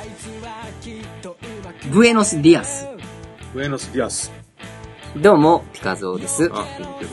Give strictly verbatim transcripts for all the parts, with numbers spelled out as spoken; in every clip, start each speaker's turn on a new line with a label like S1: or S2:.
S1: ブエノスディアス。
S2: ブエノスディアス。
S1: どうも、ピカゾーです。
S2: あ、ピンクです。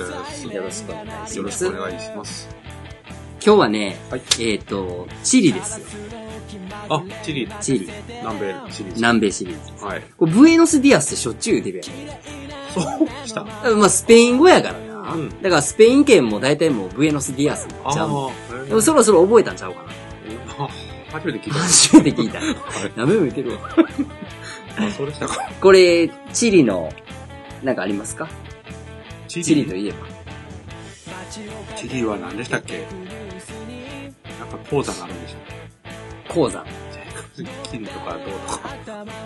S1: よろしくお願いします。
S2: よろしくお願いします。
S1: 今日はね、
S2: はい、
S1: えっと、チリですよ。
S2: あ、チリ。
S1: チリ。
S2: 南米シリーズ。
S1: 南米シリーズ。
S2: はい。
S1: これブエノスディアスってしょっちゅう言うてるやん。
S2: そうでした。
S1: まあ、スペイン語やからな。
S2: うん。
S1: だからスペイン圏も大体もうブエノスディアスになっちゃう。あでもそろそろ覚えたんちゃうかな。
S2: あ、初めて聞いた。
S1: 初めて聞いた。何べも言ってるわ。
S2: あ、そうでしたか。
S1: これ、チリの、なんかありますか？
S2: チリ。
S1: チリといえば。
S2: チリは何でしたっけ？なんか鉱山があるんでしょ？
S1: 鉱山。
S2: 金とか銅とか。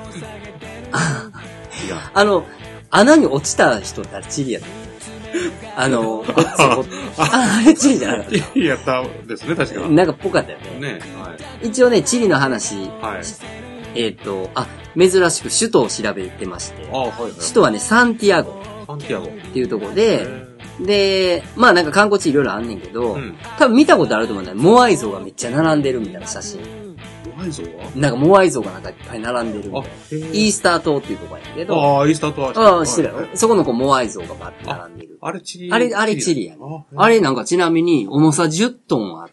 S2: 違う。
S1: あの、穴に落ちた人ってチリやった。あの、こっち、こっち。あ、あれチリじゃなかった。
S2: チリやったですね、確か。
S1: なんかっぽかったよね。
S2: ね、はい。
S1: 一応ね、チリの話、
S2: はい。
S1: えっと、あ、珍しく首都を調べてまして、
S2: あ、はいはい。
S1: 首都はね、サンティアゴ。
S2: サンティアゴ。
S1: っていうところで、で、まあなんか観光地いろいろあんねんけど、
S2: うん、
S1: 多分見たことあると思うんだよ。モアイ像がめっちゃ並んでるみたいな写真。
S2: モアイ像は
S1: なんかモアイ像がなんかいっぱい並んでるみたいな。イースター島っていうところやけど。
S2: ああ、イースター島は。
S1: ああ、知ってるよ。そこのこうモアイ像がバッて並んでる。
S2: あれチリ
S1: あれ、あれチリやね。あれなんかちなみに重さじゅっトンあって、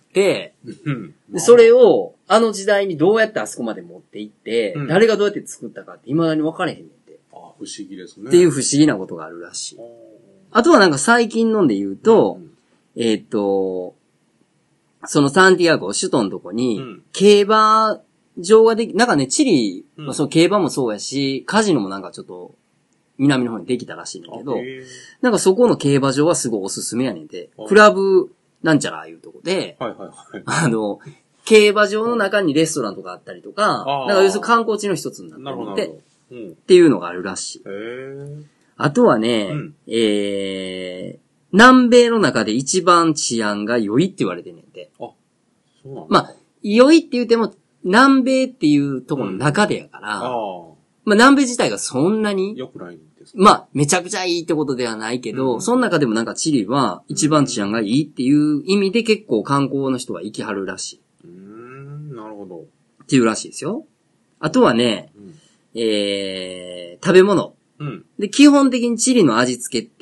S2: うん、
S1: でそれをあの時代にどうやってあそこまで持って行って、うん、誰がどうやって作ったかって未だに分かれへんねんて。
S2: ああ、不思議ですね。
S1: っていう不思議なことがあるらしい。あとはなんか最近ので言うと、うん、えっと、そのサンティアゴ、首都のとこに、競馬場ができ、なんかね、チリ、うんまあ、その競馬もそうやし、カジノもなんかちょっと、南の方にできたらしいんだけど、なんかそこの競馬場はすごいおすすめやねんて、クラブなんちゃらいうとこで、
S2: はいはいはい、
S1: あの、競馬場の中にレストランとかあったりとか、なんか要するに観光地の一つになってるって、うん、っていうのがあるらしい。
S2: へ
S1: あとはね、うん、えー、南米の中で一番治安が良いって言われてんねんて。
S2: あ、そうなんだ。
S1: まあ、良いって言っても、南米っていうところの中でやから、うん、あまあ南米自体がそんなに、
S2: 良くないんですか？
S1: まあ、めちゃくちゃいいってことではないけど、うん、その中でもなんかチリは一番治安がいいっていう意味で結構観光の人は行きはるらしい。
S2: うーん、なるほど。
S1: っていうらしいですよ。あとはね、うん、えー、食べ物。うん、で、基本的にチリの味付けって、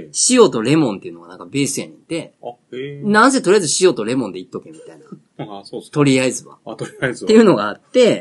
S1: 塩とレモンっていうのがなんかベースやねんて。
S2: あ、へ
S1: ー。なんせとりあえず塩とレモンでいっとけみたいな。
S2: あ、そうっす。
S1: とりあえずは。
S2: あ、とりあえずは。
S1: っていうのがあって、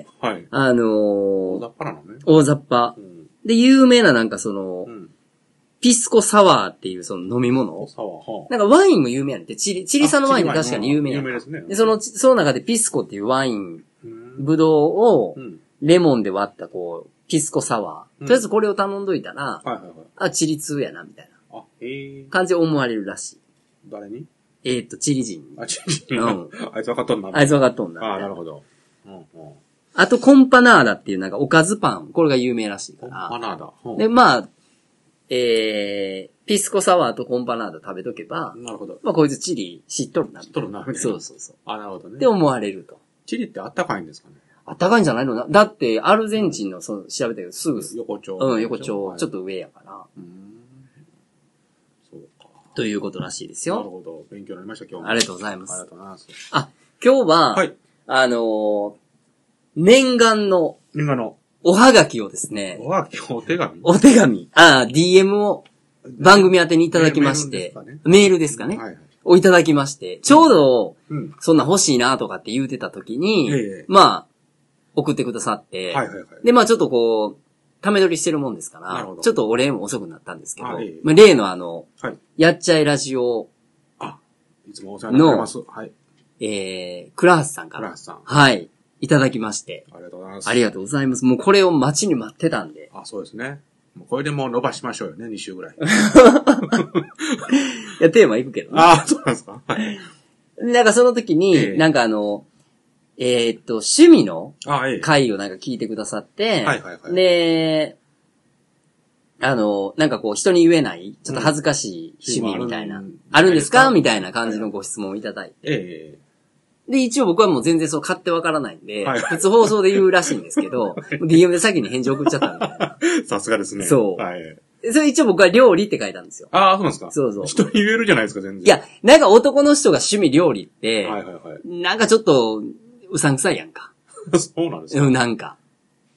S2: はい。
S1: あのー、
S2: 大雑把なのね。
S1: 大雑把。うん、で、有名ななんかその、うん、ピスコサワーっていうその飲み物。
S2: サワー、はあ、
S1: なんかワインも有名やねんて。チリ、チリ産のワインも確かに有名やねん。
S2: 有名ですね。
S1: で、その、その中でピスコっていうワイン、ブドウを、レモンで割ったこう、ピスコサワー。とりあえずこれを頼んどいたら、
S2: はいはいはい、
S1: あ、チリ通やな、みたい
S2: な。あ、へー。
S1: 感じで思われるらしい。
S2: 誰に？
S1: えーっと、チリ人に。
S2: あ、チリ人。うん。あいつ分かっとんな。
S1: あいつ分かっとんな。
S2: あ、なるほど。うんうん。
S1: あと、コンパナーダっていうなんかおかずパン。これが有名らしいから。
S2: コンパナーダ。
S1: うん、で、まあ、えー、ピスコサワーとコンパナーダ食べとけば、
S2: なるほど。
S1: まあ、こいつチリ知っとるな。
S2: 知っとるな。
S1: そうそうそう。
S2: あ、なるほどね。
S1: って思われると。
S2: チリってあったかいんですかね？
S1: あったかいんじゃないのな。だって、アルゼンチンの、その、調べたけど、すぐ、
S2: 横丁。
S1: うん、横丁、ちょっと上やから。
S2: うん。そうか。
S1: ということらしいですよ。
S2: なるほど。勉強になりました、今日も。
S1: ありがとうございます。
S2: ありがとうございます。
S1: あ、今日は、はい。あのー、念願の、
S2: 念願の、
S1: おはがきをですね。
S2: おはがき、お手紙
S1: お手紙。ああ、ディーエム を番組宛てにいただきまして、メールですかね。はいはい。をいただきまして、ちょうど、うん、そんな欲しいなとかって言うてた時に、ええ、まあ、送ってくださって、はいはいはい、で、まあちょっとこう、ため撮りしてるもんですから、ちょっとお礼も遅くなったんですけど、ええ、まあ、例のあの、はい、やっちゃえラジオ
S2: あ、いつもお世話になってます。はい。
S1: えー、クラースさんから、
S2: クラースさん。
S1: はい、いただきまして、
S2: ありがとうございます。
S1: ありがとうございます。もうこれを待ちに待ってたんで。
S2: あ、そうですね。これでもう伸ばしましょうよね、に週ぐらい。い
S1: や、テーマいくけどね。
S2: ああ、そうなんですか。はい。
S1: なんかその時に、えー、なんかあの、えー、っと、趣味の回をなんか聞いてくださって、はいはいはい。で、あの、なんかこう人に言えない、ちょっと恥ずかしい趣味みたいな、うん、あるんですかみたいな感じのご質問をいただいて。えー、で、一応僕はもう全然そう買ってわからないんで、はい、普通放送で言うらしいんですけど、ディーエム で先に返事送っちゃったみたいな。
S2: さすがですね。
S1: そう。はい。それ一応僕は料理って書いたんですよ。
S2: ああ、そうなんですか。
S1: そうそう。
S2: 人に言えるじゃないですか、全然。
S1: いや、なんか男の人が趣味料理って、
S2: はいはいはい。
S1: なんかちょっと、うさんくさいやんか。
S2: そうなんですか。
S1: うん、なんか。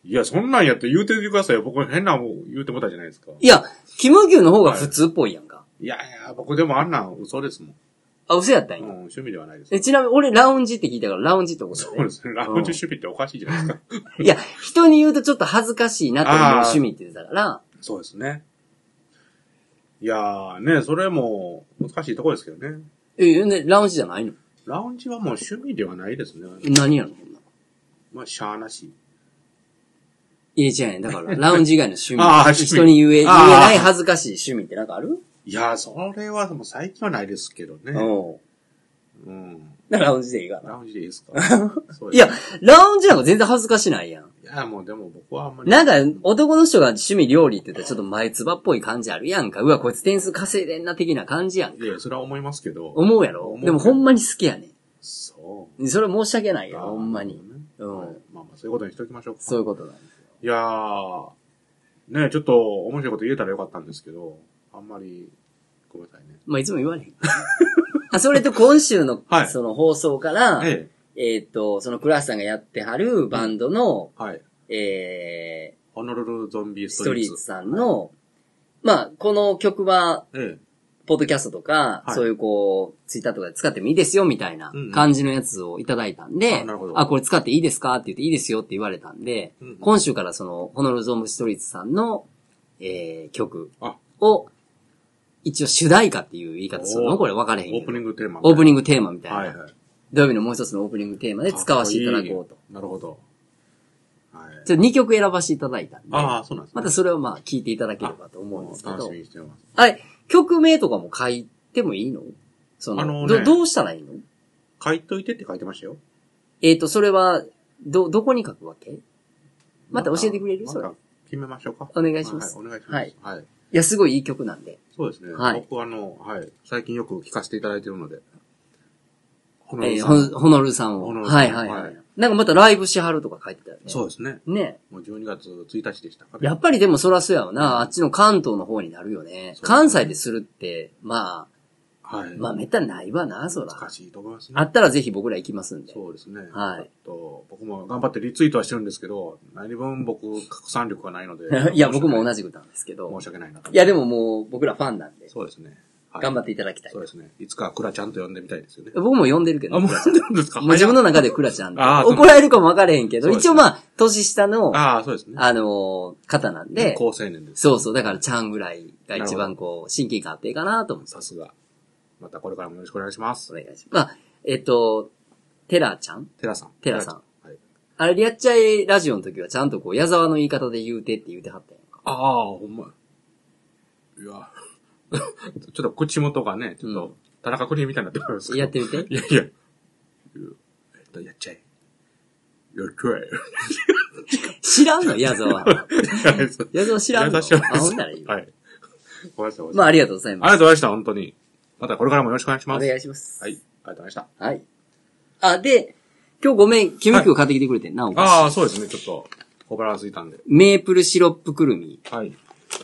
S2: いや、そんなんやって言うててくださいよ。僕変なもん言うてもたじゃないですか。
S1: いや、キム牛の方が普通っぽいやんか。はい、
S2: いやいや、僕でもあんなん嘘ですもん。
S1: あ、嘘やったんや。
S2: うん、趣味ではないです。
S1: え、ちなみに俺ラウンジって聞いたからラウンジってことだね。
S2: そうですね。ラウンジ趣味っておかしいじゃないですか。
S1: いや、人に言うとちょっと恥ずかしいなと思う趣味って言ってたから。
S2: そうですね。いやーね、それも難しいところですけどね。
S1: え、ね、ラウンジじゃないの？
S2: ラウンジはもう趣味ではないですね。
S1: 何やの？
S2: まあ、しゃーなし。
S1: いや、違うね。だから、ラウンジ以外の趣味。ああ、人に言え、言えない恥ずかしい趣味ってなんかある？
S2: いや、それはもう最近はないですけどね。
S1: うん。ラウンジでいいかな。
S2: ラウンジでいいですか
S1: いや、ラウンジなんか全然恥ずかしないやん。
S2: いや、もうでも僕はあんまり。
S1: なんか、男の人が趣味料理って言ったらちょっと前つばっぽい感じあるやんか。うわ、こいつ点数稼いでんな的な感じやんか。
S2: いや、それは思いますけど。
S1: 思うやろ？でもほんまに好きやねん。
S2: そう。
S1: それは申し訳ないよ、ほんまに。
S2: うん。まあまあ、そういうことにしておきましょうか。
S1: そういうことなんですよ。
S2: いやー、ね、ちょっと面白いこと言えたらよかったんですけど、あんまり、ごめんなさいね。
S1: まあ、いつも言われへん。あ、それと今週の、はい、その放送から、えええー、っと、そのクラスさんがやってはるバンドの、うん、はい、えー、
S2: ホノルルゾンビストリート。
S1: ストリートさんの、はい、まあ、この曲は、ええ、ポッドキャストとか、はい、そういうこう、ツイッターとかで使ってもいいですよ、みたいな感じのやつをいただいたんで、うんうん、あ、なるほど。あ、これ使っていいですかって言っていいですよって言われたんで、うんうん、今週からその、ホノルルゾンビストリートさんの、えー、曲を、一応主題歌っていう言い方するのこれ分かれへんけど。
S2: オープニングテーマ。
S1: オープニングテーマみたいな。はいはい。土曜日のもう一つのオープニングテーマで使わせていただこうと。
S2: なるほど。
S1: はい。ちょっとにきょく選ばせていただいたんで。
S2: ああ、そうなんですね。
S1: またそれをまあ聞いていただければと思うんですけど。
S2: 楽しみにしてます。
S1: はい。曲名とかも書いてもいいの？その、あのね、ど、どうしたらいいの？
S2: 書いといてって書いてましたよ。
S1: えっと、それは、ど、どこに書くわけ？また教えてくれる？それ。
S2: 決めましょうか。
S1: お願いします。
S2: はい、お願いします。はい。はい。
S1: いや、すごいいい曲なんで。
S2: そうですね。はい。僕はあの、はい。最近よく聴かせていただいているので。
S1: ホノルルさん。えー、ホノルルさんを。はいはいはい。なんかまたライブしはるとか書いてたよね。
S2: そうですね。ね。もうじゅうにがつついたちでしたかね。
S1: やっぱりでもそらそうやわな。あっちの関東の方になるよね。関西でするって、まあ、はい。まあめったにないわな、そら。
S2: 難しいと思いますね。
S1: あったらぜひ僕ら行きますんで。
S2: そうですね。
S1: はい。
S2: ちょっと、僕も頑張ってリツイートはしてるんですけど、何分僕、拡散力がないので。
S1: いや、僕も同じくなんですけど。
S2: 申し訳ないなと。
S1: いや、でももう僕らファンなんで。
S2: そうですね。
S1: はい、頑張っていただきたい。
S2: そうですね。いつかクラちゃんと呼んでみたいですよね。
S1: 僕も呼んでるけど。
S2: あ、もう呼んでるんですか？
S1: 自分の中でクラちゃん。怒られるかも分かれへんけど、一応まあ、年下の、
S2: ああ、そうですね。
S1: あの、方なんで。
S2: 高青年です。
S1: そうそう。だからちゃんぐらいが一番こう、親近感あっていいかなと思って。
S2: さすが。またこれからもよろしくお願いします。
S1: お願いします。まあ、えっと、テラちゃん
S2: テラさん。
S1: テラさん。はい。あれ、リアッチャイラジオの時はちゃんとこう、矢沢の言い方で言うてって言うてはったやんか。
S2: ああ、ほんま。いや。ちょっと口元がね、ちょっと、田中邦衛みたいになってますけど。
S1: やってみて。
S2: いやいや。えっと、やっちゃえ。やっちゃえ。
S1: 知らんの矢沢。矢沢知らんの？
S2: 矢沢知らない。
S1: あ、ほんならいい。
S2: はい。ごめんなさい。
S1: まあ、ありがとうございます。
S2: ありがとうございました、本当に。またこれからもよろしくお願いします。
S1: お願いします。
S2: はい。ありがとうございました。
S1: はい。あ、で、今日ごめん、キムキを買ってきてくれてんな、お菓子。
S2: ああ、そうですね、ちょっと、小腹が空いたんで。
S1: メープルシロップくるみ。
S2: はい。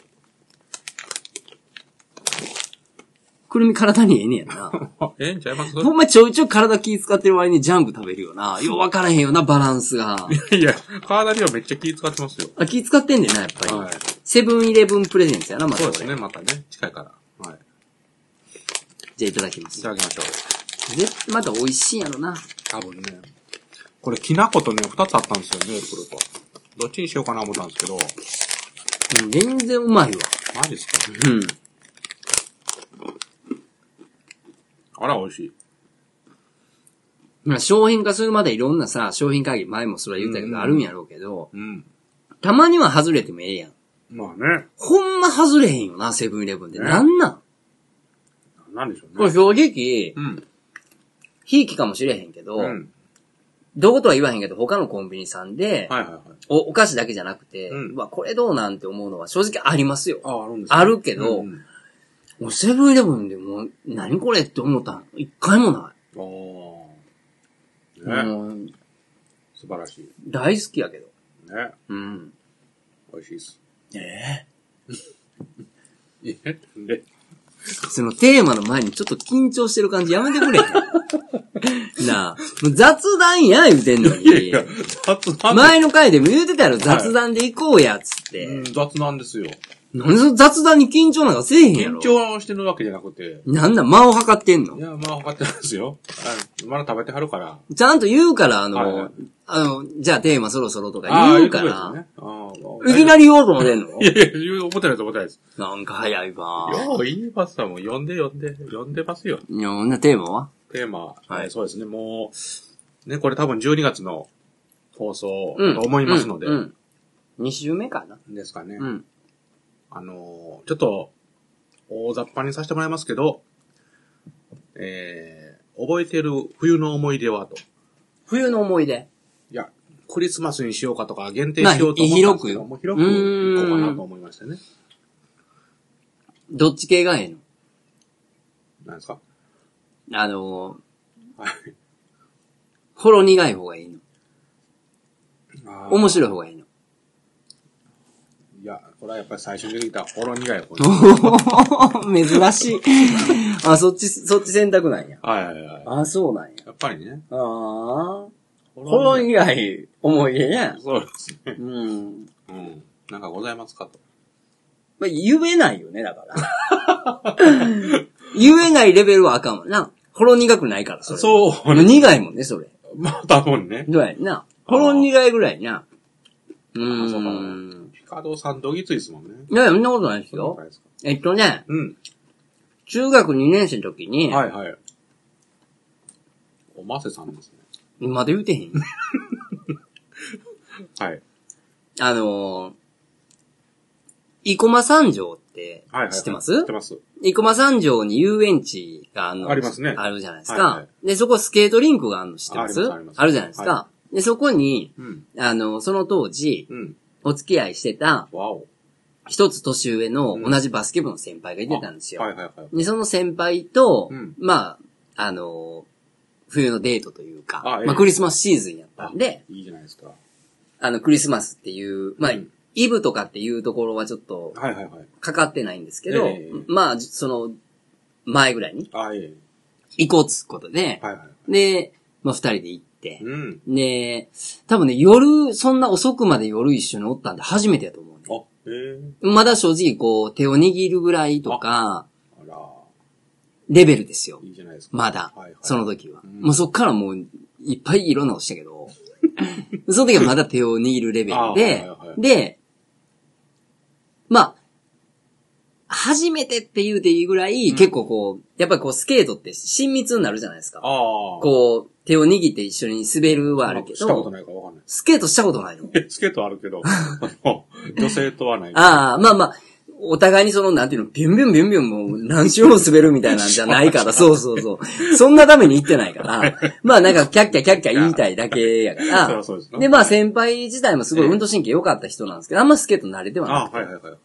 S1: くるみ体にええねやな。
S2: ええんちゃいます？
S1: ほんまちょいちょい体気使ってる割にジャンプ食べるよな。よう分からへんよな、バランスが。
S2: いやいや、体にはめっちゃ気使ってますよ。
S1: あ、気使ってんねんな、やっぱり。はい。セブンイレブンプレゼンツやな、また。
S2: そうですね、またね。近いから。はい。
S1: じゃあいただきます。
S2: いただきましょ
S1: う。絶対また美味しいんやろな。
S2: 多分ね。これ、きな粉とね、二つあったんですよ、メープルと。どっちにしようかな思ったんですけど。
S1: うん、全然うまいわ。
S2: マジですか？
S1: うん。
S2: あら、美味しい。
S1: まあ、商品化するまでいろんなさ、商品会議、前もそれは言ったけど、あるんやろうけど、
S2: うん。
S1: たまには外れてもええやん。
S2: まあね。
S1: ほんま外れへんよな、セブンイレブンで。ね、なんなん
S2: なんでしょうね。
S1: これ正直、
S2: うん。
S1: ひいきかもしれへんけど、うん、どういうことは言わへんけど、他のコンビニさんで、
S2: はいはいはい、
S1: お、お菓子だけじゃなくて、うん、うわ、これどうなんて思うのは正直ありますよ。
S2: あ、あるんですか？
S1: あるけど、うん、もうセブンイレブンでもう、何これって思ったの一回もない。あ
S2: あ。ね。うん。素晴らしい。
S1: 大好きやけど。
S2: ね。
S1: うん。
S2: 美味しいっす。
S1: え
S2: ええで。
S1: そのテーマの前にちょっと緊張してる感じやめてくれ。なあ。もう雑談や言うてんのに。いやいや、雑談。前の回でも言うてたやろ、雑談で行こうや、つって、はい。
S2: うん、雑談ですよ。
S1: なんでその雑談に緊張なんかせえへんやろ。
S2: 緊張してるわけじゃなくて。
S1: なんだ、間を測ってんの？
S2: いや、間を測ってないですよ。まだ食べてはるから。
S1: ちゃんと言うから、あの、はいはい、あの、じゃあテーマそろそろとか言うから。ね、いきなり言おうと思ってんの？
S2: いやいや、言う、思ってないと思ってないです。
S1: なんか早いわ。
S2: よう言いますわ、もう呼んで呼んで、呼んでますよ。
S1: いや、ほんなテーマは？
S2: テーマ、はい、そうですね、もう、ね、これ多分じゅうにがつの放送だと思いますので。うんうんうん、
S1: に週目かな
S2: ですかね。
S1: うん。
S2: あのー、ちょっと、大雑把にさせてもらいますけど、えー、覚えてる冬の思い出はと。
S1: 冬の思い出？
S2: いや、クリスマスにしようかとか限定しようと思ったんですけど、もう広くいこうかなと思いましてね。
S1: どっち系がええの？
S2: 何ですか？
S1: あのー、はい。ほろ苦い方がいいの？面白い方がいいの？
S2: いや、これはやっぱり最初に出てきたほろ苦い方。
S1: 珍しい。あ、そっち、そっち選択なんや。
S2: はいはいはい。
S1: あ、そうなんや。
S2: やっぱりね。
S1: ああ。ほろ苦い思い出や。
S2: そうですね。
S1: うん。うん。
S2: なんかございますかと。
S1: まあ、言えないよね、だから。言えないレベルはあかんわな。ほろ苦くないから、それ。そう。苦いもんね、それ。
S2: まあ、多分ね。
S1: どうやな。ほろ苦いぐらいな。うーん。そうかな。
S2: ピカドさんどぎついですもんね。
S1: いや、そんなことないですよ。えっとね。
S2: うん。
S1: 中学にねん生の時に。
S2: はいはい。おませさんですね。
S1: まだ言うてへん。
S2: はい。
S1: あのー、生駒三条って知ってます？
S2: はいはいはい、知ってます。
S1: 生駒三条に遊園地があるの。
S2: ありますね。
S1: あるじゃないですか。はいはい、で、そこスケートリンクがあるの知ってます？ あ, あ, あるじゃないですか。はい、で、そこに、うん、あの、その当時、うん、お付き合いしてた、一つ年上の同じバスケ部の先輩がいてたんですよ。
S2: はいはいはい、
S1: で、その先輩と、うん、まあ、あの、冬のデートというか、あまあクリスマスシーズンやったんで、
S2: いいじゃないですか。
S1: あの、クリスマスっていう、まあ、うん、イブとかっていうところはちょっと、はいはいはい。かかってないんですけど、えー、まあ、その、前ぐらいに、あえー、行こうっつうことで、はいはい、で、まあ二人で行って、うん、で、多分ね、夜、そんな遅くまで夜一緒におったんで初めてやと思うね。あえー、まだ正直こう、手を握るぐらいとか、あらレベルですよ。いいじゃないですか。まだ、はいはい、その時は。うん、もうそっからもう、いっぱいいろんなことしたけど、その時はまだ手を握るレベルで、はいはいはい、で、まあ、初めてって言うていいぐらい、うん、結構こう、やっぱりこうスケートって親密になるじゃないですか。こう、手を握って一緒に滑るはあるけど。
S2: したことないかわかんない。
S1: スケートしたことないの？
S2: スケートあるけど、女性とはない。
S1: ああ、まあまあ、お互いにその、なんていうの、ビュンビュンビュンビュンもう何周も滑るみたいなんじゃないから、そうそうそう。そんなために行ってないから、まあなんかキャッキャキャッキャ言いたいだけやから、そうそうで、まあ先輩自体もすごい運動神経良かった人なんですけど、あんまスケート慣れてはなくて。あはいはいはいはい。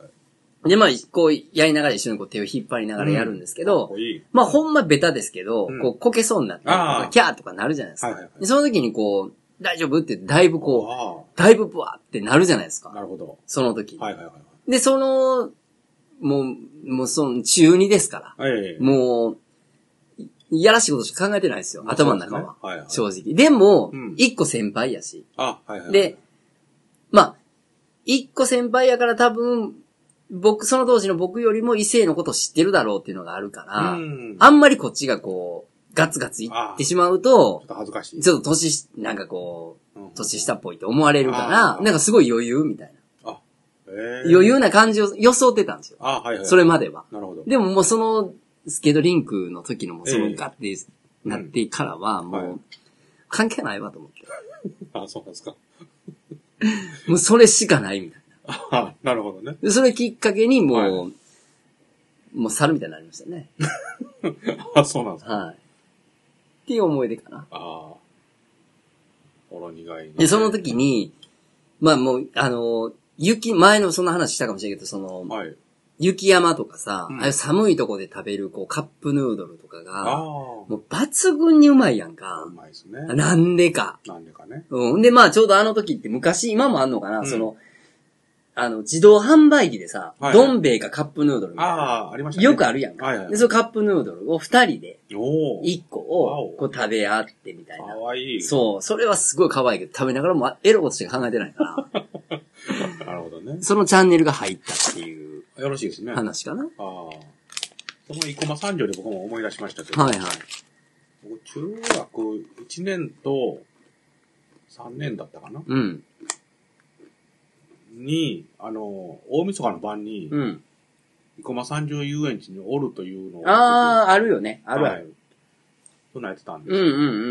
S1: で、まあ、こう、やりながら一緒にこう手を引っ張りながらやるんですけど、うん、いいまあほんまベタですけど、うん、こう、こけそうになったりとか、キャーとかなるじゃないですか。はいはいはい、でその時にこう、大丈夫ってだいぶこう、だいぶブワーってなるじゃないですか。
S2: なるほど。
S1: その時。
S2: はいはいはい。
S1: で、その、もう、もうその中にですから。はい、もう、いやらしいことしか考えてないですよ。頭の中は。ねはいはい、正直。でも、一、うん、個先輩やし。あ、はいはいはい。で、まあ、一個先輩やから多分、僕、その当時の僕よりも異性のことを知ってるだろうっていうのがあるから、うんあんまりこっちがこう、ガツガツ言ってしまうと、ちょ
S2: っと恥ずかしい。
S1: ちょっと年、なんかこう、うん、年下っぽいと思われるから、なんかすごい余裕みたいな。あへ余裕な感じを装ってたんですよ。あはいはい。それまでは。なるほど。でももうその、スケートリンクの時のもそのガッてなってからは、もう、関係ないわと思って。
S2: あそうなんですか。
S1: もうそれしかないみたいな。
S2: あなるほどね。
S1: で、それきっかけにもう、はい、もう猿みたいになりましたね。
S2: あ、そうなんですか。
S1: はい。っていう思い出かな。ああ。
S2: ほろ苦いね。
S1: で、その時に、まあもう、あの、雪、前のそんな話したかもしれないけど、その、はい、雪山とかさ、うん、ああいう寒いとこで食べるこうカップヌードルとかが、もう抜群にうまいやんか。
S2: うまいですね。
S1: なんでか。
S2: なんでかね。
S1: うん。で、まあちょうどあの時って昔、今もあんのかな、うん、その、 あの、自動販売機でさ、はいはい、どん兵衛かカップヌードルみたいな。
S2: ああ、ありましたね。
S1: よくあるやんか。
S2: はいはいはい、
S1: で、そのカップヌードルを二人で、一個をこう食べ合ってみたいな。
S2: かわいい。
S1: そう、それはすごい可愛いけど、食べながらもエロことしか考えてないから。
S2: なるほどね。
S1: そのチャンネルが入ったっていう。
S2: よろしいですね。
S1: 話かな。ああ。
S2: その生駒三条で僕も思い出しましたけど。
S1: はいはい。
S2: 僕、中学いちねんとさんねんだったかな。
S1: うん。
S2: に、あの、大晦日の晩に、うん。生駒三条遊園地におるというのを。
S1: ああ、あるよね。あるある。はい、
S2: そんなんやってたんです
S1: よ。うんうんうんうん。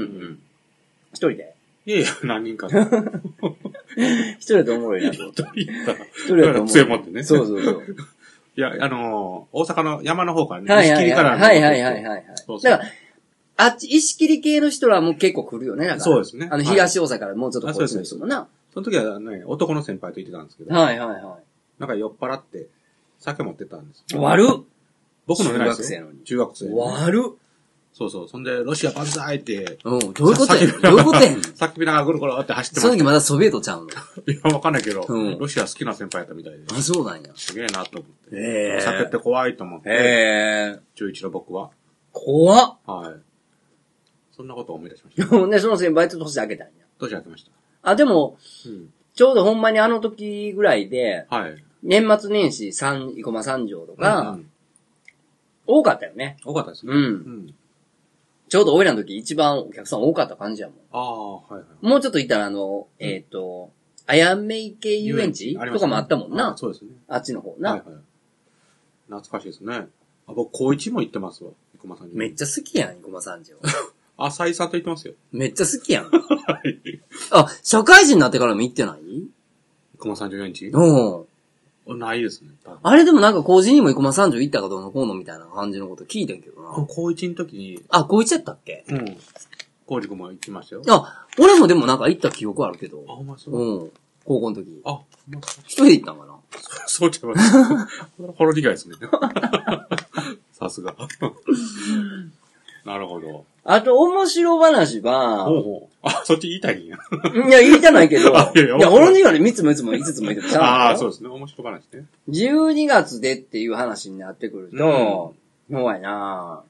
S1: 一人で
S2: いやいや、何人かで。
S1: 一人だとおもろいなと思った。一人だとおもろい。
S2: 杖持ってね。
S1: そうそうそう。
S2: いや、あのー、大阪の山の方からね、
S1: 石切
S2: から。
S1: はいはいはいはいはい。そうそうだから、あっち、石切系の人らも結構来るよね、だから。
S2: そうですね。
S1: あの、東大阪からもうちょっとこっちの人もな。
S2: その時はね、男の先輩と行ってたんですけど。
S1: はいはいはい。
S2: なんか酔っ払って、酒持ってたんです。
S1: 悪っ
S2: 僕の
S1: 中学生のに。
S2: 中学生。
S1: 悪っ
S2: そうそう。そんで、ロシア万歳って。
S1: うん、どういうことやどういうことやん
S2: 叫びながらぐるぐるって走ってました。
S1: その時まだソビエトちゃうのい
S2: や、わかんないけど、うん、ロシア好きな先輩やったみたいで。
S1: あ、そうなんや。
S2: すげえなと思って。
S1: へ
S2: え。酒って怖いと思って。
S1: へえ。
S2: 中一の僕は。
S1: 怖っ
S2: はい。そんなことを思い出しました。
S1: で、その先輩と年明けたんや。
S2: 年明けました。
S1: あ、でも、うん、ちょうどほんまにあの時ぐらいで、
S2: はい。
S1: 年末年始三、生駒三条とか、うんうん、多かったよね。
S2: 多かったですね。
S1: うん。うんちょうど俺らの時一番お客さん多かった感じやもん。
S2: ああ、はいはい。
S1: もうちょっと行ったらあの、うん、えっ、ー、と、あやめ池遊園地とかもあったもんな。
S2: あそうですね。
S1: あっちの方な。
S2: はいはい。懐かしいですね。あ、僕、高一も行ってますわ。生駒三条。
S1: めっちゃ好きやん、生駒三条。
S2: あ、再三と行ってますよ。
S1: めっちゃ好きやん。はい。あ、社会人になってからも行ってない
S2: 生駒三条遊園地
S1: うん。
S2: ないですね。
S1: あれでもなんか高知にも生駒三条行ったかどうのこうのみたいな感じのこと聞いてんけどな。
S2: 高一の時に。
S1: あ、高一やったっけ
S2: うん。高知君も行きましたよ。
S1: あ、俺もでもなんか行った記憶あるけど。
S2: あ、ほんまそう。
S1: うん。高校の時。
S2: あ、
S1: 一人で行ったんかな
S2: そうちゃいます。ほろ苦いですね。さすが。なるほど。
S1: あと、面白話は、
S2: ほうほうあ、そっち言いたいんや。
S1: いや、言いたないけど、いや、いや、ほろ苦いみっつもいつもいつつも言ってた。
S2: ああ、そうですね。面白話ね。
S1: じゅうにがつでっていう話になってくると、うん、そうやな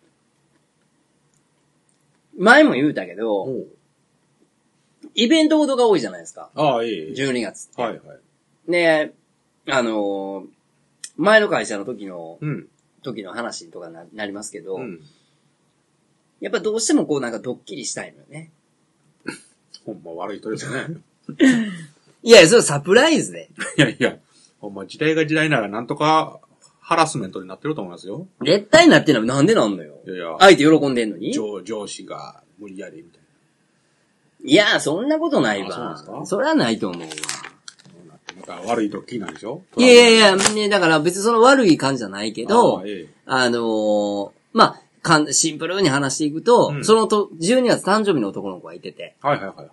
S1: 前も言うたけど、イベントごとが多いじゃないですか。
S2: ああ、いい。
S1: じゅうにがつって。
S2: はいはい。
S1: で、あのー、前の会社の時の、
S2: うん、
S1: 時の話とかな、なりますけど、
S2: うん、
S1: やっぱどうしてもこうなんかドッキリしたいのよね。
S2: ほんま悪い人ですよね。
S1: いや、それサプライズで。
S2: いやいや、ほんま時代が時代ならなんとかハラスメントになってると思いますよ。
S1: 絶対なってんのなんでなんのよ。
S2: いやいや。
S1: 相手喜んでんのに
S2: 上、上司が無理やりみたいな。
S1: いや、そんなことないわ。
S2: そうなんですか？
S1: それはないと思うわ。
S2: また悪いドッキリなんでしょ？
S1: いやいやいや、ね、だから別にその悪い感じじゃないけど、あ, ええ、あのー、まあ、かんシンプルに話していくと、うん、そのと、じゅうにがつ誕生日の男の子がいてて。
S2: はいはいはいはい。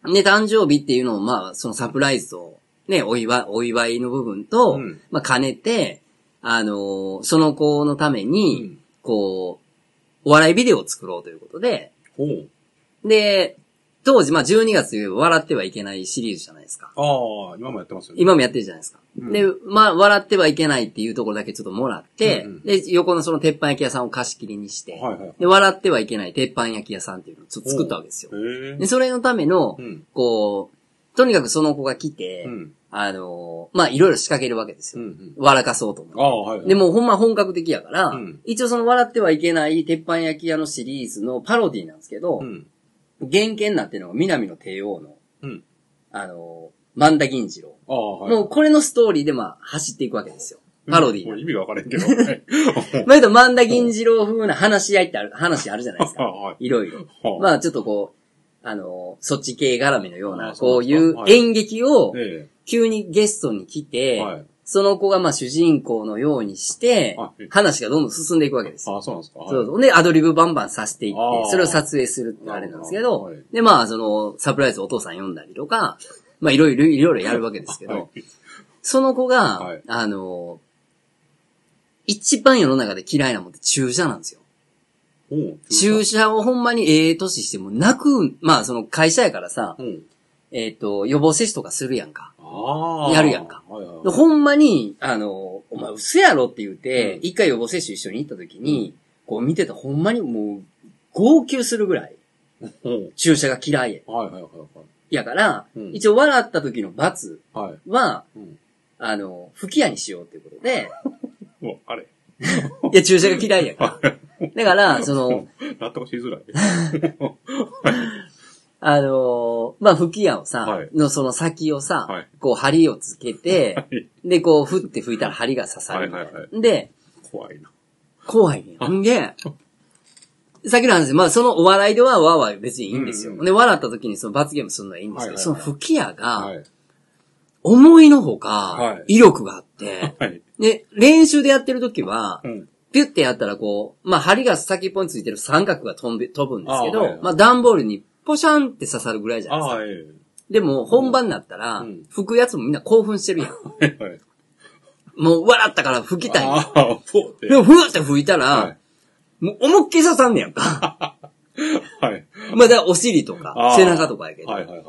S1: で、誕生日っていうのを、まあ、そのサプライズと、ね、お祝い、お祝いの部分と、うん、まあ、兼ねて、あのー、その子のために、うん、こう、お笑いビデオを作ろうということで、
S2: ほう
S1: で、当時、まあ、じゅうにがつといえば笑ってはいけないシリーズじゃないですか。
S2: ああ、今もやってますよね。
S1: 今もやってるじゃないですか。うん、で、まあ、笑ってはいけないっていうところだけちょっともらって、うんうん、で、横のその鉄板焼き屋さんを貸し切りにして、はいはい、で、笑ってはいけない鉄板焼き屋さんっていうのをちょっと作ったわけですよ。で、それのための、うん、こう、とにかくその子が来て、うん、あのー、まあ、いろいろ仕掛けるわけですよ。うんうん、笑かそうと思って。
S2: あはいはい、
S1: で、もうほんま本格的やから、うん、一応その笑ってはいけない鉄板焼き屋のシリーズのパロディなんですけど、うん原型になってるのが南の帝王の、うん、あの、万田銀次郎。
S2: ああ、はい。
S1: もうこれのストーリーでまあ走っていくわけですよ。パロディー。
S2: もう意味がわからへんけど。
S1: まあ言うと万田銀次郎風な話し合いってある、話あるじゃないですか。いろいろ。まあちょっとこう、あの、そっち系絡みのような、こういう演劇を、急にゲストに来て、はいその子がまあ主人公のようにして、話がどんどん進んでいくわけですよ。
S2: あ、そうなんですか。
S1: そうそう。で、アドリブバンバンさせていって、それを撮影するってあれなんですけど、で、まあ、その、サプライズお父さん呼んだりとか、まあ、いろいろ、いろいろやるわけですけど、その子が、あの、一番世の中で嫌いなもんって注射なんですよ。注射をほんまにええ年しても泣く、まあ、その会社やからさ、えっと、予防接種とかするやんか。 やるやんか。はいはいはい、ほんまに、あの、お前嘘やろって言って、一、うん、回予防接種一緒に行った時に、こう見てたほんまにもう、号泣するぐらい、うん、注射が嫌いや。はいはいはいはい。やから、うん、一応笑った時の罰は、はいうん、あの、吹き矢にしようっていうことで、もう、あれいや、注射が嫌いやから。だから、その、
S2: 納得しづらい。
S1: あのー、まあ、吹き矢をさ、はい、のその先をさ、はい、こう針をつけて、はい、で、こう、振って吹いたら針が刺さるみたいな。はいはいはい、で、
S2: 怖いな。
S1: 怖いね。んで、さっきの話で、まあ、そのお笑いではわーわー別にいいんですよ。うんうん、で、笑った時にその罰ゲームするのはいいんですけど、はいはいはい、その吹き矢が、はい、思いのほか、威力があって、はい、で、練習でやってる時は、うんピュッてやったらこう、まあ、針が先っぽについてる三角が飛ぶ、飛ぶんですけど、はいはい、まあ、段ボールにポシャンって刺さるぐらいじゃないですか。はい、でも、本番になったら、うん、吹くやつもみんな興奮してるやん。はいはい、もう笑ったから吹きたい。あでも、ふーって吹いたら、はい、もう思いっきり刺さんねやんか。はい。まあ、だからお尻とか、背中とかやけど。はいはいはい。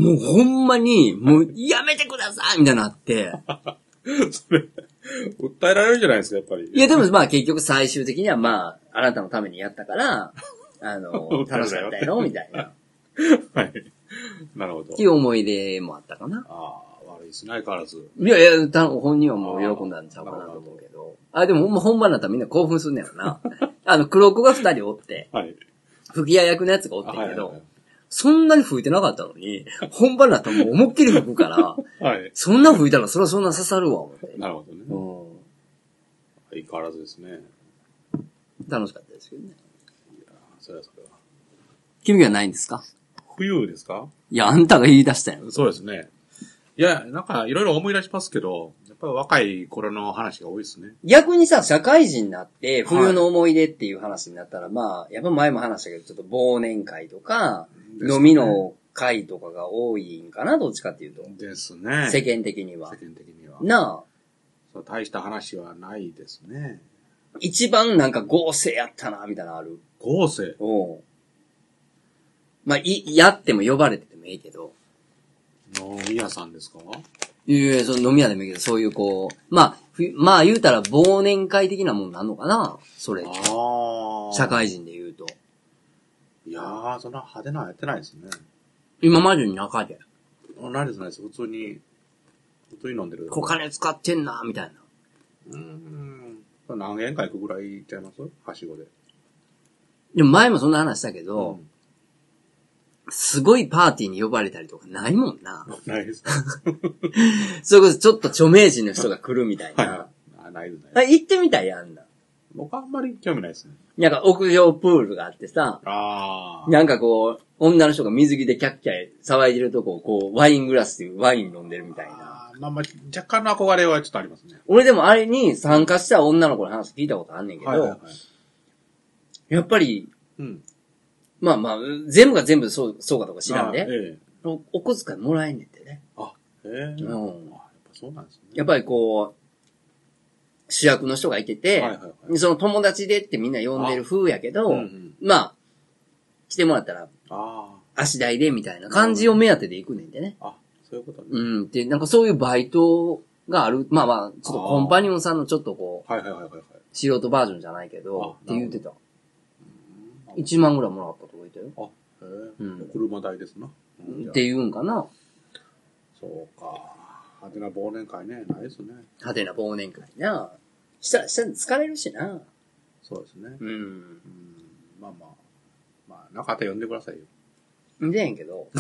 S1: もうほんまに、もうやめてくださいみたいなのあって。
S2: それ、訴えられるじゃないですか、やっぱり。
S1: いや、でもまあ結局最終的にはまあ、あなたのためにやったから、あの、楽しかったやろみたいな。
S2: はい。なるほど。
S1: っていう思い出もあったかな。
S2: ああ、悪いですね、相変わらず。
S1: いやいや、た本人はもう喜んだんちゃうかなと思うけど。あ、でもほんま本番になったらみんな興奮すんねやろな。あの、黒子が二人おって、はい。吹き矢役のやつがおってんけど、はいはいはい、そんなに吹いてなかったのに、本番になったらもう思いっきり吹くから、はい。そんな吹いたらそれはそんな刺さるわ、思って。
S2: なるほどね。うん。相変わらずですね。
S1: 楽しかったですけどね。
S2: いやそれはそれは。
S1: 君はないんですか？
S2: 冬ですか？
S1: いや、あんたが言い出したよ。
S2: そうですね。いや、なんかいろいろ思い出しますけど、やっぱり若い頃の話が多いですね。
S1: 逆にさ、社会人になって、冬の思い出っていう話になったら、はい、まあ、やっぱ前も話したけど、ちょっと忘年会とか、ね、飲みの会とかが多いんかな、どっちかっていうと。
S2: ですね。
S1: 世間的には。
S2: 世間的には。
S1: なあ。
S2: そう、大した話はないですね。
S1: 一番なんか合成やったな、みたいなのある。
S2: 合成？
S1: おう。まあ、い、やっても呼ばれててもいいけど。
S2: 飲み屋さんですか？
S1: いやいや、その飲み屋でもいいけど、そういうこう、まあ、まあ言うたら忘年会的なもんなんのかな、それ。ああ。社会人で言うと。
S2: いやー、そんな派手なのやってないですね。
S1: 今までに中で。
S2: ないですないです。普通に、普通に飲んでる。
S1: お金使ってんな、みたいな。
S2: うーん。何軒か行くぐらいちゃいます？はしごで。
S1: でも前もそんな話したけど、うん、すごいパーティーに呼ばれたりとかないもんな。
S2: ないです。
S1: それこそちょっと著名人の人が来るみたいな。はい、
S2: あ、ないですね。
S1: あ、行ってみたいやんな。
S2: 僕あんまり興味ないですね。
S1: なんか屋上プールがあってさ、あなんかこう、女の人が水着でキャッキャ騒いでるとこをこう、ワイングラスでワイン飲んでるみたいな。
S2: あまあまあ、若干の憧れはちょっとありますね。
S1: 俺でもあれに参加した女の子の話聞いたことあんねんけど、はいはいはい、やっぱり、うん、まあまあ、全部が全部そう、そうかとか知らんで、ええ、お, お小遣いもらえんねんってね。あ、へえ。うん。あ、やっぱそうなんですね。やっぱりこう、主役の人がいてて、はいはいはい、その友達でってみんな呼んでる風やけど、うんうん、まあ、来てもらったら、あ足代でみたいな感じを目当てで行くねんでね。
S2: あ、そういうことね。
S1: うん。で、なんかそういうバイトがある。まあまあ、ちょっとコンパニオンさんのちょっとこう、はいはいはいはい、素人バージョンじゃないけど、って言ってた。いちまんぐらいもらったとか言ったよ。
S2: あ、へえ、うん。車代ですな。
S1: うん、って言うんかな。
S2: そうか。派手な忘年会ね、ないですね。
S1: 派手な忘年会な。したら、したら疲れるしな。
S2: そうですね。うん。うん、まあまあ。まあ、なかったら呼んでくださいよ。
S1: んでへんけど。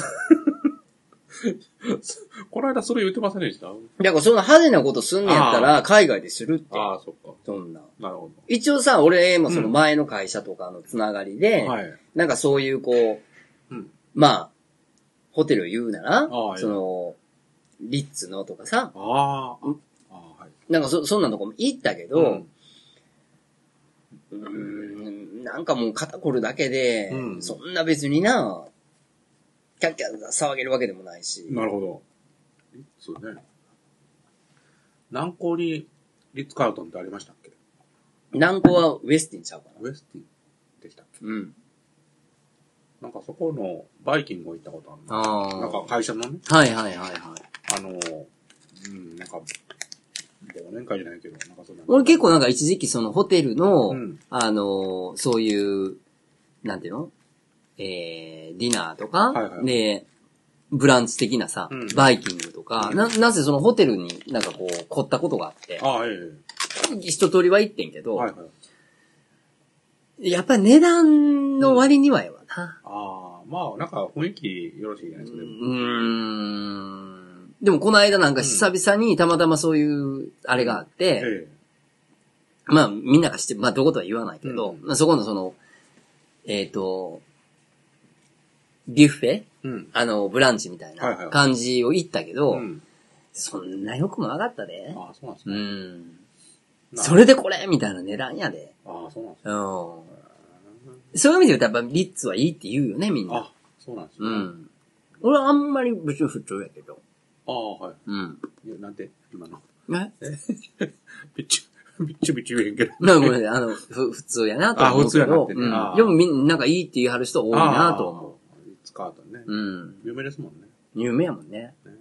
S2: この間それ言ってませんでした？だ
S1: からそんな派手なことすんねやったら、海外でするって。ああ、そっか。そんな。なるほど。一応さ、俺もその前の会社とかのつながりで、うんはい、なんかそういうこう、うん、まあ、ホテルを言うなら、その、リッツのとかさ、ああ、あはい、なんかそ、そんなとこも行ったけど、うん、うーんなんかもう肩こるだけで、うん、そんな別にな、キャッキャ騒げるわけでもないし。
S2: なるほど。リッツね。南港にリッツカールトンってありましたっけ？
S1: 南港はウェスティンちゃうかな。
S2: ウェスティンでしたっけ？
S1: うん。
S2: なんかそこのバイキングを行ったことあるの。ああ。なんか会社のね。
S1: はいはいはいはい。
S2: あの、うん、なんか、忘年会じゃないけど、なんかそんな。
S1: 俺結構なんか一時期そのホテルの、うん、あの、そういう、なんていうのえー、ディナーとか、はいはい、で、ブランチ的なさ、うん、バイキングとか、うん、な、なぜそのホテルになんかこう、凝ったことがあって、ああ、ええ、一通りは行ってんけど、はいはい、やっぱり値段の割にはやわな。
S2: うん、ああ、まあ、なんか雰囲気よろしいじゃないですか。う
S1: ーん。でもこの間なんか久々にたまたまそういう、あれがあって、うんええ、まあ、みんなが知って、まあ、どことは言わないけど、うん、そこのその、えっと、ビュッフェ、うん、あの、ブランチみたいな感じを言ったけど、はいはいはい、そんなよくもなかったで。
S2: ああ、そうなんですね。うん。
S1: それでこれみたいな値段やで。
S2: ああ、そうなんですね。うん。
S1: そういう意味で言うとやっぱリッツはいいって言うよね、みんな。
S2: あ、そうなんですね。うん。
S1: 俺はあんまり別に普通やけど。
S2: ああ、はい。うん。いや、なんて今の。
S1: ね
S2: ビッチュ、ビッチュビッチュ言えんけど。
S1: まあごめんなさい、あの、ふ、普通やなと思うけど。あ、普通やなってね。うん。でもみんななんかいいって言い張る人多いなと思う。
S2: 使うとね。うん。有名ですもんね。
S1: 有名やもんね。ね、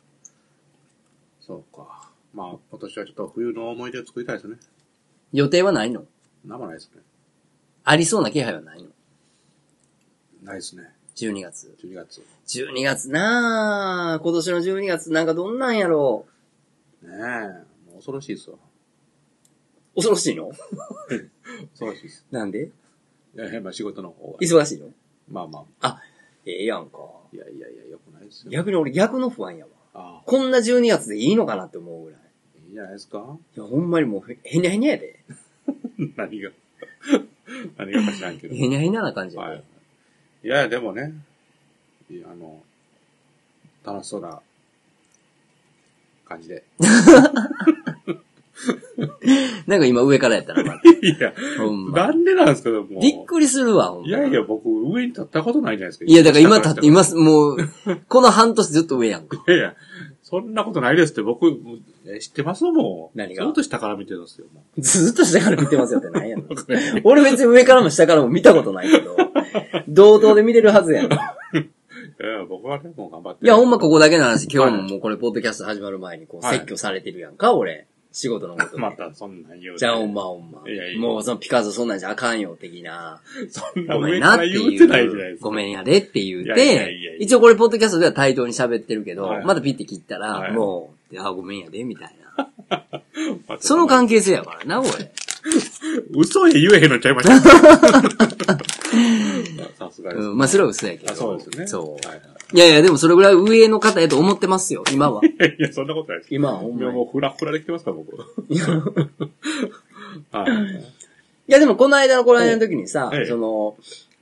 S2: そうか。まあ、今年はちょっと冬の思い出を作りたいですね。
S1: 予定はないの？
S2: なんもないですね。
S1: ありそうな気配はないの？
S2: ないですね。
S1: じゅうにがつ。
S2: じゅうにがつ。
S1: じゅうにがつなぁ。今年のじゅうにがつなんかどんなんやろ
S2: う。ねえ。もう恐ろしいですわ。
S1: 恐ろしいの？
S2: 恐ろしいです。
S1: なんで？
S2: いや、まあ仕事の方が。
S1: 忙しいの？
S2: まあま
S1: あ。あ、ええやんか。
S2: いやいやいや、よくないですよ。
S1: 逆に俺逆の不安やわ。ああ、こんなじゅうにがつでいいのかなって思うぐらい。
S2: いいじゃないですか。
S1: いや、ほんまにもうへ、へにゃへにゃやで。
S2: 何が何がか知らんけど。
S1: へにゃへにゃな感じやで。
S2: はい。いや、でもね、あの、楽しそうな感じで。
S1: なんか今上からやったな、ま、
S2: いや、ほんま。なんでなんですか、もう。
S1: びっくりするわ、ほんま。
S2: いやいや、僕、上に立ったことないじゃないですか。
S1: いや、だから今立って、今、もう、この半年ずっと上やんか。
S2: いやいや、そんなことないですって、僕、知ってますもん。
S1: 何が？
S2: ずっと下から見てますよ。
S1: ずっと下から見てますよって何やんの俺別に上からも下からも見たことないけど、同等で見れるはずやん。いや、
S2: 僕はね、もう頑張って。
S1: いや、ほんまここだけの話、今日ももうこれ、ポッドキャスト始まる前に、こう、説教されてるやんか、俺。仕事のことで。
S2: またそんなん言うて。
S1: じゃあほんまほんま。いやいやもうそのピカソそんなんじゃあかんよ、的な。
S2: そんな上から言うてないじゃないですか。
S1: ごめんやでって言うて、一応これポッドキャストでは対等に喋ってるけど、はい、まだピッて切ったら、はい、もう、あ、ごめんやで、みたいな。その関係性やからな、俺。
S2: 嘘へ言えへんのちゃいました。さすがです、ね。
S1: うん、まあそれは嘘やけど。
S2: あ、そうですね。
S1: そう。はいはい、いやいや、でもそれぐらい上の方やと思ってますよ、今は。
S2: いやいや、そんなことないです。
S1: 今はほんまに。
S2: もうフラフラできてますから、僕。いや、
S1: はい、いやでもこの間のこの間の時にさ、その、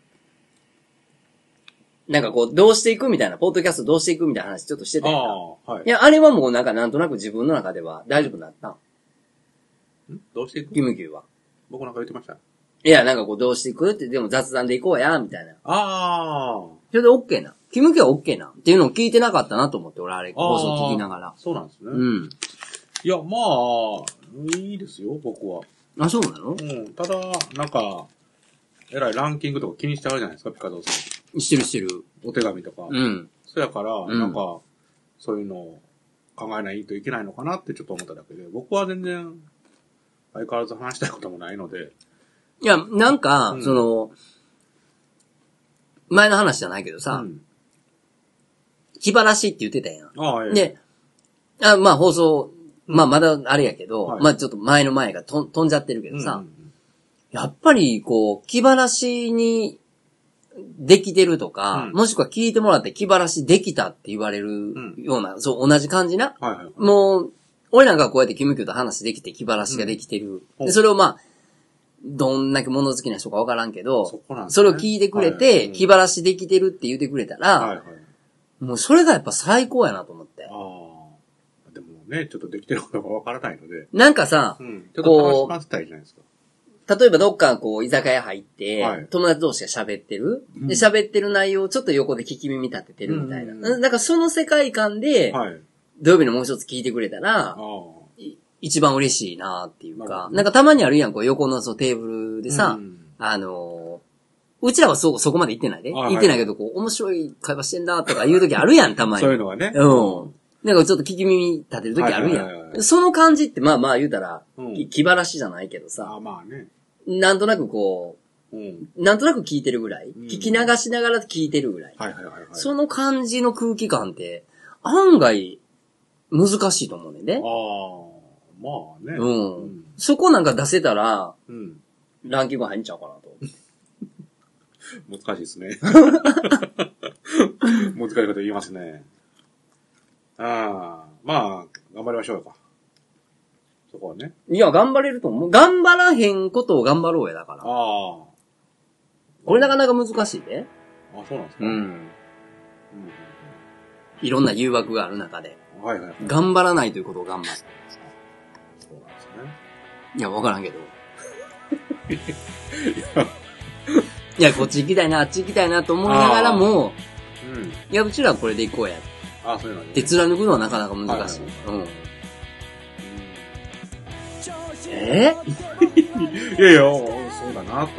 S1: なんかこう、どうしていくみたいな、ポッドキャストどうしていくみたいな話ちょっとしてたやんか。あ、はい。いや、あれはもうなんかなんとなく自分の中では大丈夫になった。
S2: んどうしていく？
S1: キムキューは。
S2: 僕なんか言ってました？
S1: いや、なんかこう、どうしていくって、でも雑談でいこうや、みたいな。
S2: ああ。
S1: それで OK な。キムキューは OK な。っていうのを聞いてなかったなと思って、俺あれ、放送聞きながら。
S2: そうなんですね。
S1: うん。
S2: いや、まあ、いいですよ、僕は。
S1: あ、そうなの？
S2: うん。ただ、なんか、えらいランキングとか気にしてあるじゃないですか、ピカゾーさ
S1: ん。してるしてる。
S2: お手紙とか。
S1: うん。
S2: そやから、うん、なんか、そういうのを考えないといけないのかなってちょっと思っただけで、僕は全然、相変わらず話したいこともないので。
S1: いや、なんか、うん、その、前の話じゃないけどさ、うん、気晴らしって言ってたやん。
S2: ああ、ええ。
S1: で、あまあ放送、まあまだあれやけど、はい、まあちょっと前の前がと飛んじゃってるけどさ、うんうんうん、やっぱりこう、気晴らしにできてるとか、うん、もしくは聞いてもらって気晴らしできたって言われるような、うん、そう同じ感じな。はいはいはい、もう、俺なんかこうやってキムキューと話できて気晴らしができてる。うん、でそれをまあ、どんだけ物好きな人かわからんけど、 そ, ね、それを聞いてくれて、はい、気晴らしできてるって言ってくれたら、はいはい、もうそれがやっぱ最高やなと思って。あ
S2: あ。でもね、ちょっとできてることがわからないので。
S1: なんかさ、
S2: うん、ちょっと楽しませたいじゃないですか。
S1: 例えばどっかこう、居酒屋入って、はい、友達同士が喋ってる、うん、で、喋ってる内容をちょっと横で聞き耳立ててるみたいな。うん、なんかその世界観で、はい、土曜日のもう一つ聞いてくれたら、一番嬉しいなっていうか、なんかたまにあるやん、こう横のそうテーブルでさ、うん、あのうちらはそ、そこまで言ってないで。言ってないけど、こう、面白い会話してんだとか言うときあるやん、たまに。
S2: そういうのがね。
S1: うん。なんかちょっと聞き耳立てるときあるやん。その感じって、まあまあ言うたら、うん、気晴らしじゃないけどさ。
S2: あまあね。
S1: なんとなくこう、うん、なんとなく聞いてるぐらい、うん、聞き流しながら聞いてるぐらい。
S2: はいはいはい、はい。
S1: その感じの空気感って、案外、難しいと思うねんで。ああ、
S2: まあね。
S1: うん。うん、そこなんか出せたら、うん、ランキング入んちゃうかなと。
S2: 難しいですね。難しいこと言いますね。ああ、まあ、頑張りましょうか。そこはね。
S1: いや、頑張れると思う。頑張らへんことを頑張ろうやだから。ああ。これなかなか難しいで。
S2: あ、そうなんですか。うん。うん、
S1: いろんな誘惑がある中で。
S2: はいはいはい。
S1: 頑張らないということを頑張る。
S2: そうなんですね。
S1: いや、わからんけど。いやいや、こっち行きたいな、あっち行きたいなと思いながらも、うん、いや、うちらはこれで行こうや。
S2: ああ、そういうのね。
S1: って貫くのはなかなか難しい。はいはいはい、うん。え
S2: ー、いやいや、そうだなと思う。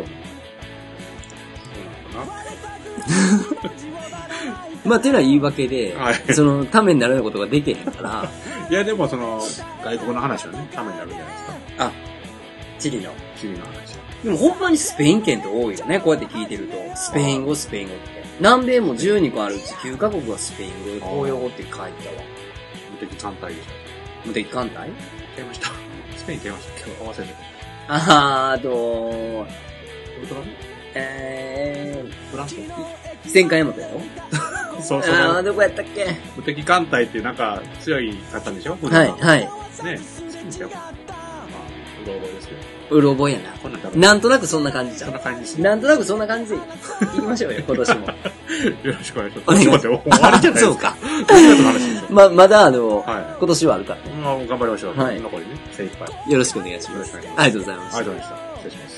S2: そうなのかな。
S1: まあ、っていうのは言い訳で、はい、その、ためになるようなことができへんから。
S2: いや、でもその、外国の話はね、ためになるじゃないですか。
S1: あ、チリの。
S2: チリの話。
S1: でもほんまにスペイン圏って多いよね、こうやって聞いてると。スペイン語、スペイン語って。南米もじゅうにこあるうちきゅうカ国がスペイン語で公用語って書いたわ。
S2: 無敵艦隊でしょ。
S1: 無敵艦隊
S2: 消えました。スペイン消えました。今日合わせて。
S1: あー、あと、
S2: ウルトラ
S1: え
S2: ー、フランス
S1: 戦艦ヤマトやろ
S2: そうそう。
S1: あー、どこやったっけ
S2: 無敵艦隊ってなんか強いかったんでしょ
S1: はい、はい。ね、
S2: 好きですよ。まあ、うろ覚えですけど。
S1: うろ覚えやな。こんななんとなくそんな感じじゃん。
S2: そんな感じです、
S1: ね。なんとなくそんな感じで行きましょうよ、今年も。
S2: よろしくお願いします。お願いしますよ。終わりじゃないですか。
S1: そうか。ま、まだあの、はい、今年はあるからね。
S2: まあ、頑張りましょう。はい。残りね、精一杯。
S1: よろしくお願いします。ありがとうございます。
S2: ありがとうございました。失礼します。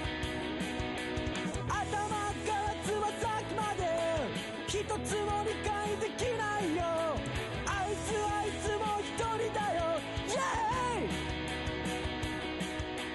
S2: 一つの味方